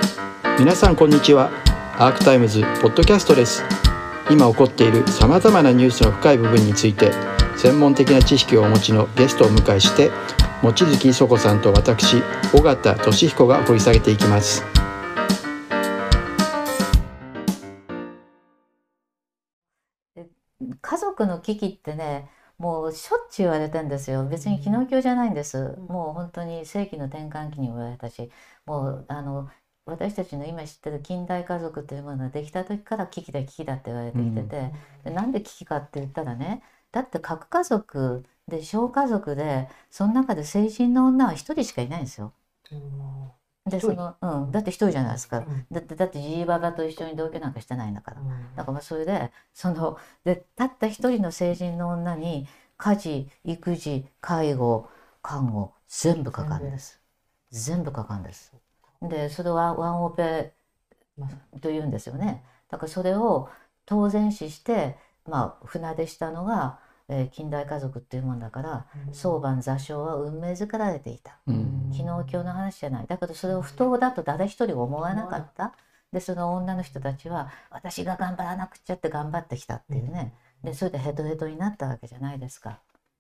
皆さんこんにちは。アークタイムズポッドキャストです。今起こっているさまざまなニュースの深い部分について専門的な知識をお持ちのゲストをお迎えして、望月磯子さんと私尾形俊彦が掘り下げていきます。 家族の危機ってね、もうしょっちゅう言われてんですよ。別に昨日今日じゃないんです。もう本当に世紀の転換期に言われたし、もう私たちの今知ってる近代家族というものができた時から危機だ危機だって言われてきてて、でなんで危機かって言ったらね、だって核家族で小家族でその中で成人の女は一人しかいないんですよ。でだって一人じゃないですか。だってじいばばと一緒に同居なんかしてないんだから。だからそれでたった一人の成人の女に家事育児介護看護全部かかるんです。全部かかるんです。でそれはワンオペというんですよね。だからそれを当然視して船出したのが近代家族っていうもんだから、早晩座礁は運命づけられていた、昨日今日の話じゃない。だけどそれを不当だと誰一人思わなかった。でその女の人たちは私が頑張らなくちゃって頑張ってきたっていうね。でそれでヘトヘトになったわけじゃないですか。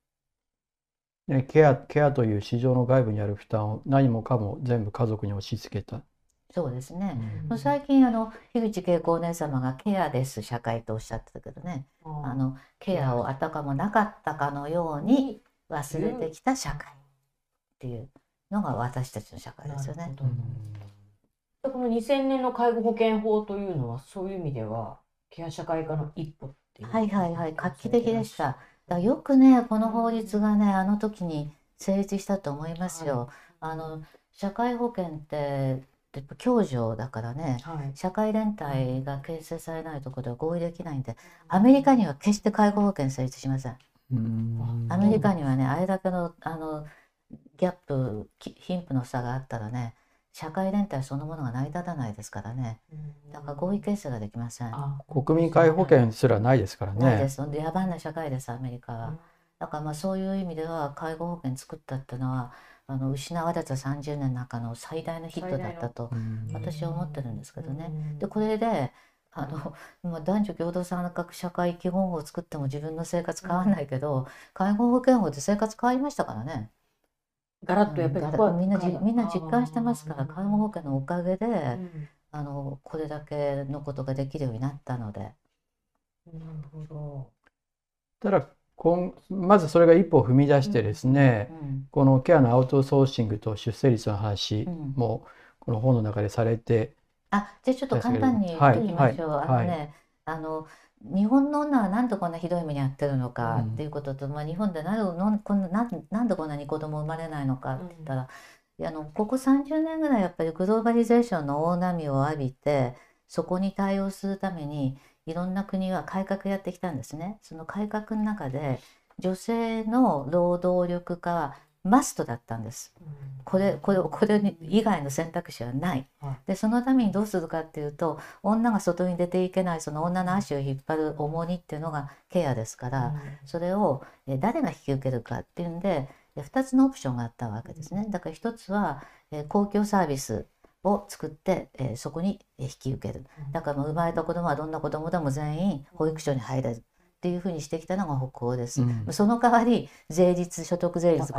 ケアという市場の外部にある負担を何もかも全部家族に押し付けた。 そうですね。最近樋口恵子お姉様がケアレス社会とおっしゃってたけどね、ケアをあたかもなかったかのように忘れてきた社会っていうのが私たちの社会ですよね。 この2000年の介護保険法というのはそういう意味ではケア社会化の一歩っていう。 はいはいはい、画期的でした。だからよくねこの法律がねあの時に成立したと思いますよ。社会保険って共助だからね、社会連帯が形成されないところでは合意できないんで、アメリカには決して介護保険成立しません。アメリカにはねあれだけのギャップ貧富の差があったらね、社会連帯そのものが成り立たないですからね。だから合意形成ができません。 国民皆保険すらないですからね。 ないです。野蛮な社会ですアメリカは。だからそういう意味では介護保険作ったっていうのは失われた30年の中の最大のヒットだったと私は思ってるんですけどね。でこれで男女共同参画社会基本法を作っても自分の生活変わんないけど、介護保険法で生活変わりましたからね。 ガラッとやっぱりみんな実感してますから、介護保険のおかげでこれだけのことができるようになったので。なるほど。 ただまずそれが一歩を踏み出してですね、このケアのアウトソーシングと出生率の話もこの本の中でされて、 じゃあちょっと簡単に言っておきましょう。日本の女はなんでこんなひどい目に遭ってるのかっていうことと、日本でなんでこんなに子供生まれないのかって言ったら、ここ30年ぐらいやっぱりグローバリゼーションの大波を浴びて、そこに対応するためにいろんな国は改革やってきたんですね。その改革の中で女性の労働力化はマストだったんです。これ以外の選択肢はない。でそのためにどうするかっていうと、女が外に出ていけないその女の足を引っ張る重荷っていうのがケアですから、それを誰が引き受けるかっていうんで2つのオプションがあったわけですね。だから1つは公共サービスを作って、そこに引き受ける。だから生まれた子供はどんな子供でも全員保育所に入れるっていうふうにしてきたのが北欧です。その代わり所得税率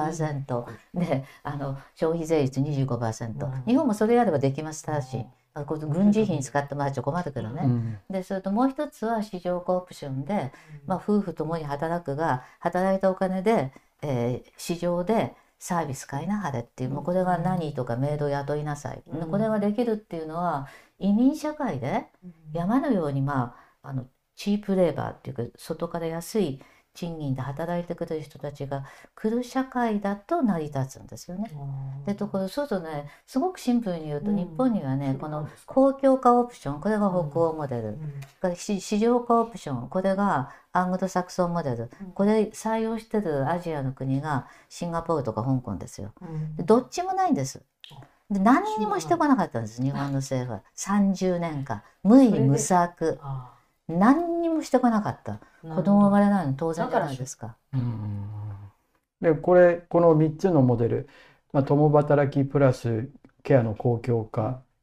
50% で消費税率 25%、日本もそれやればできましたし、軍事費に使ってもらっちゃ困るけどね。でそれともう一つは市場化オプションで、夫婦ともに働くが働いたお金で、市場でサービス買いなはれっていう、これは何とかメイド雇いなさい、これができるっていうのは移民社会で山のようにチープレーバーっていうか外から安い賃金で働いてくれる人たちが来る社会だと成り立つんですよね。でそうするとね、すごくシンプルに言うと、日本にはねこの公共化オプション、これが北欧モデル、市場化オプション、これがアングロサクソンモデル、これ採用してるアジアの国がシンガポールとか香港ですよ。どっちもないんです。で何にもしてこなかったんです日本の政府は。30年間無為無策、何にもしてこなかった。子供生まれないの当然じゃないですか。 でこの3つのモデル、共働きプラスケアの公共化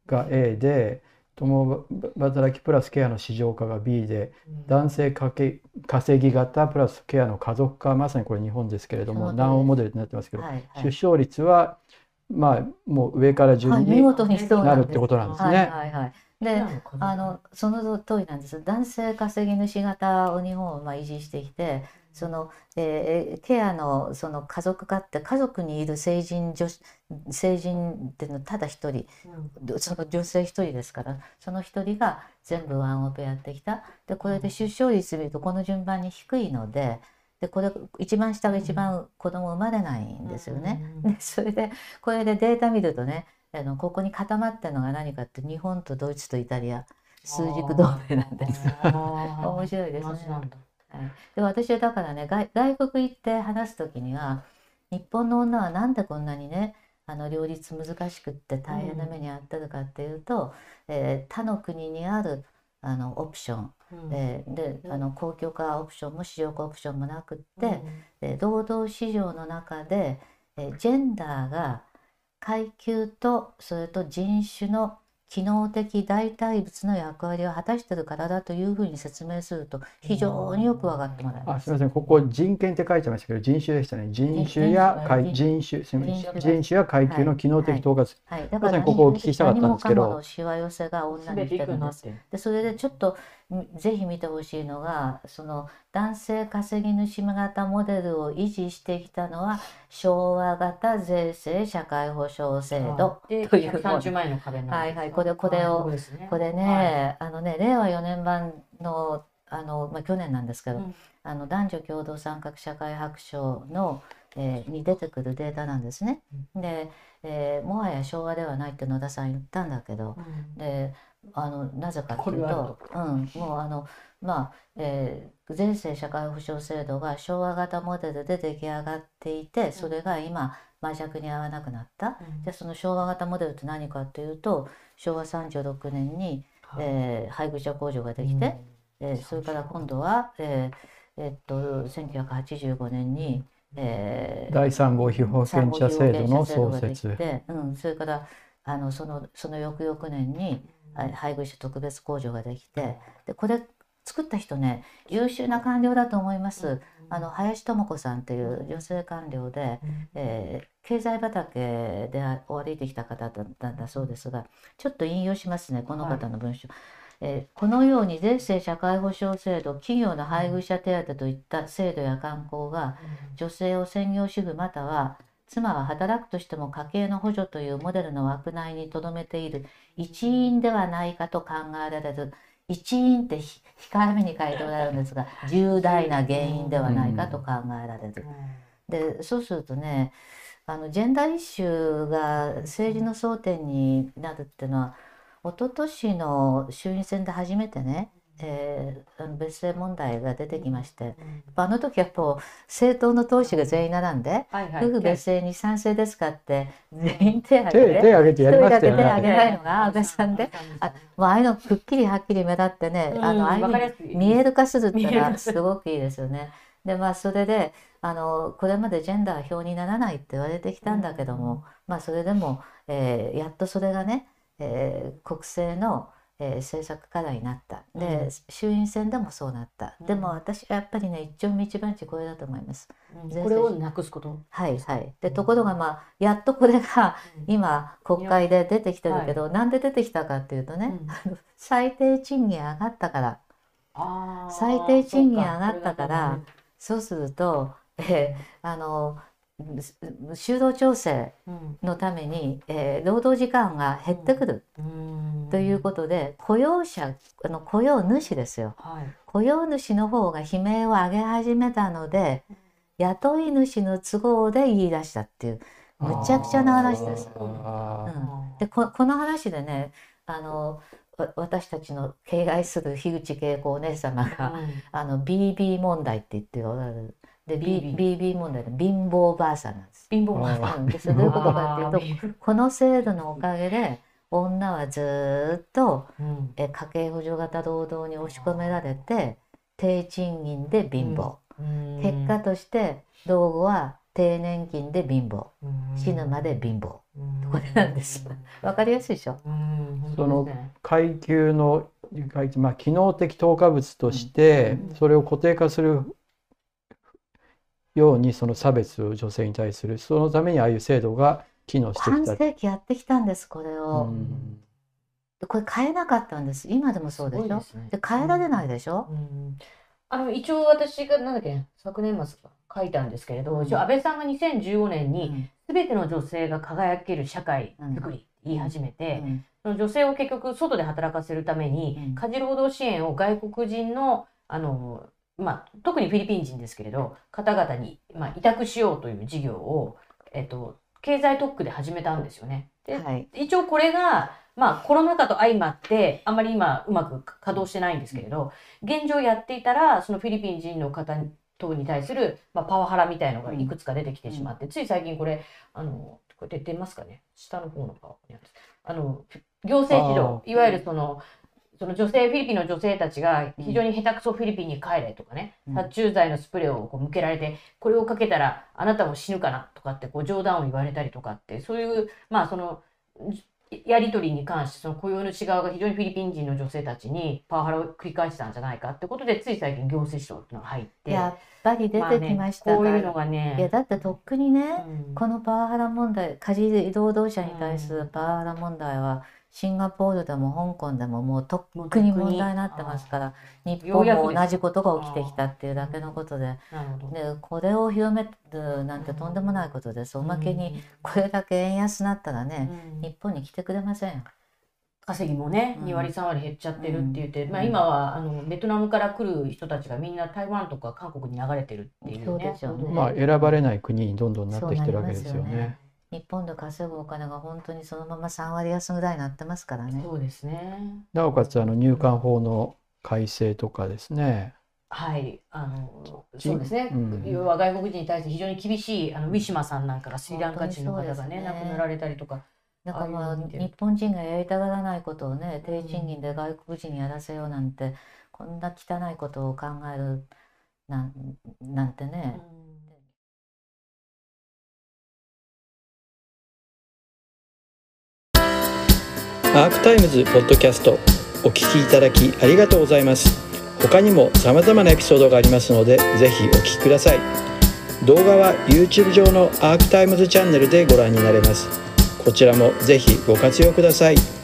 が A で、共働きプラスケアの市場化が B で、男性稼ぎ型プラスケアの家族化、まさにこれ日本ですけれども、南欧モデルになってますけど、出生率はまあもう上から順になるってことなんですね。 で、その通りなんです。男性稼ぎ主型を日本は維持してきて、そのケアのその家族化って家族にいる成人っていうのはただ一人、その女性一人ですから、その一人が全部ワンオペやってきた。でこれで出生率見るとこの順番に低いので、これ一番下が一番子供生まれないんですよね。でそれでこれでデータ見るとね、ここに固まってるのが何かって日本とドイツとイタリア枢軸同盟なんです。面白いですね。で私はだからね、外国行って話す時には、日本の女はなんでこんなにね両立難しくって大変な目に遭ってるかっていうと、他の国にあるオプション、で公共化オプションも市場化オプションもなくって、労働市場の中で、ジェンダーが階級とそれと人種の機能的代替物の役割を果たしているからだというふうに説明すると非常によく分かってもらえます。 すみません、ここ人権って書いてましたけど人種でしたね。人種や階級の機能的統括。まさにここをお聞きしたかったんですけど。 何もかものしわ寄せが女に来てるんです。でそれでちょっとぜひ見てほしいのが、その男性稼ぎ主型モデルを維持してきたのは昭和型税制社会保障制度という 130万円の壁なんです。 これね、令和4年版の去年なんですけど、男女共同参画社会白書の、に出てくるデータなんですね。で、もはや昭和ではないって野田さん言ったんだけど、でなぜかっていうと、もう税制社会保障制度が昭和型モデルで出来上がっていて、それが今麻雀に合わなくなった。でその昭和型モデルって何かっていうと、昭和36年に、配偶者控除ができて、それから今度は、1985年に、 第3号被保険者制度の創設。 それからその翌々年に配偶者特別控除ができて、でこれ作った人ね、優秀な官僚だと思います。林智子さんっていう女性官僚で、経済畑で歩いてきた方だったんだそうですが、ちょっと引用しますね、この方の文章。このように税制社会保障制度、企業の配偶者手当といった制度や慣行が女性を専業主婦または妻は働くとしても家計の補助というモデルの枠内に留めている一因ではないかと考えられる。一因って控えめに書いておられるんですが、重大な原因ではないかと考えられる。でそうするとね、ジェンダーイッシュが政治の争点になるっていうのは、一昨年の衆院選で初めてね、別姓問題が出てきまして、あの時は政党の党首が全員並んで、夫婦別姓に賛成ですかって全員手を挙げて、 一人だけ手を挙げないのが安倍さんで、ああいうのくっきりはっきり目立ってね、ああいう見える化するってのはすごくいいですよね。でそれでこれまでジェンダー表にならないって言われてきたんだけども、それでも、やっとそれがね、国政の政策課題になった。で、衆院選でもそうなった。でも私はやっぱりね、一丁目一番地これだと思います。 これをなくすこと。 でところがやっとこれが今国会で出てきてるけど、なんで出てきたかっていうとね、最低賃金上がったから。最低賃金上がったから、そうすると就労調整のために、労働時間が減ってくるということで、雇用主ですよ、雇用主の方が悲鳴を上げ始めたので、雇い主の都合で言い出したっていうむちゃくちゃな話です。でこの話でね、私たちの敬愛する樋口恵子お姉様が、BB 問題って言っておられる。で BB 問題で貧乏ばあさんなんです。 貧乏ばあさん。 でそれどういうことかっていうと、この制度のおかげで女はずっと、家計補助型労働に押し込められて、低賃金で貧乏、結果として老後は低年金で貧乏、死ぬまで貧乏、これなんです。わかりやすいでしょ。 その階級の、まあ、機能的透過物としてそれを固定化するようにその差別を女性に対するそのためにああいう制度が機能してきた。 半世紀やってきたんです、これを。これ変えなかったんです。今でもそうでしょ。で変えられないでしょ。 一応私がなんだっけ昨年末書いたんですけれど、安倍さんが2015年に全ての女性が輝ける社会づくりって言い始めて、その女性を結局外で働かせるために家事労働支援を外国人のまあ、特にフィリピン人ですけれど方々に、まあ、委託しようという事業を、経済特区で始めたんですよね。で、一応これが、まあ、コロナ禍と相まってあんまり今うまく稼働してないんですけれど、現状やっていたらそのフィリピン人の方等に対する、まあ、パワハラみたいのがいくつか出てきてしまって、つい最近これこれ出ますかね、下の方のパワー行政指導、いわゆるその女性フィリピンの女性たちが非常に下手くそフィリピンに帰れとかね、殺虫剤のスプレーを向けられてこれをかけたらあなたも死ぬかなとかって冗談を言われたりとかって、そういうまあそのやり取りに関してその雇用主側が非常にフィリピン人の女性たちにパワハラを繰り返したんじゃないかってことで、つい最近行政指導っていうのが入って、 やっぱり出てきましたが、 こういうのがね、 いやだってとっくにね、このパワハラ問題、家事労働者に対するパワハラ問題はシンガポールでも香港でももうとっくに問題になってますから、日本も同じことが起きてきたっていうだけのことで、これを広めるなんてとんでもないことです。おまけにこれだけ円安になったらね、日本に来てくれません。 稼ぎもね、2割3割減っちゃってるって言って、まあ、今はベトナムから来る人たちがみんな台湾とか韓国に流れてるっていうね。 まあ選ばれない国にどんどんなってきてるわけですよね。 日本で稼ぐお金が本当にそのまま3割安ぐらいになってますからね。 そうですね。 なおかつ入管法の改正とかですね。 はい、そうですね。要は外国人に対して非常に厳しいウィシュマさんなんかがスリランカ人の方がね亡くなられたりとか。 だからまあ日本人がやりたがらないことをね、低賃金で外国人にやらせようなんて、こんな汚いことを考えるなんてね。 アークタイムズポッドキャストお聞きいただきありがとうございます。他にも様々なエピソードがありますのでぜひお聞きください。動画は YouTube 上のアークタイムズチャンネルでご覧になれます。こちらもぜひご活用ください。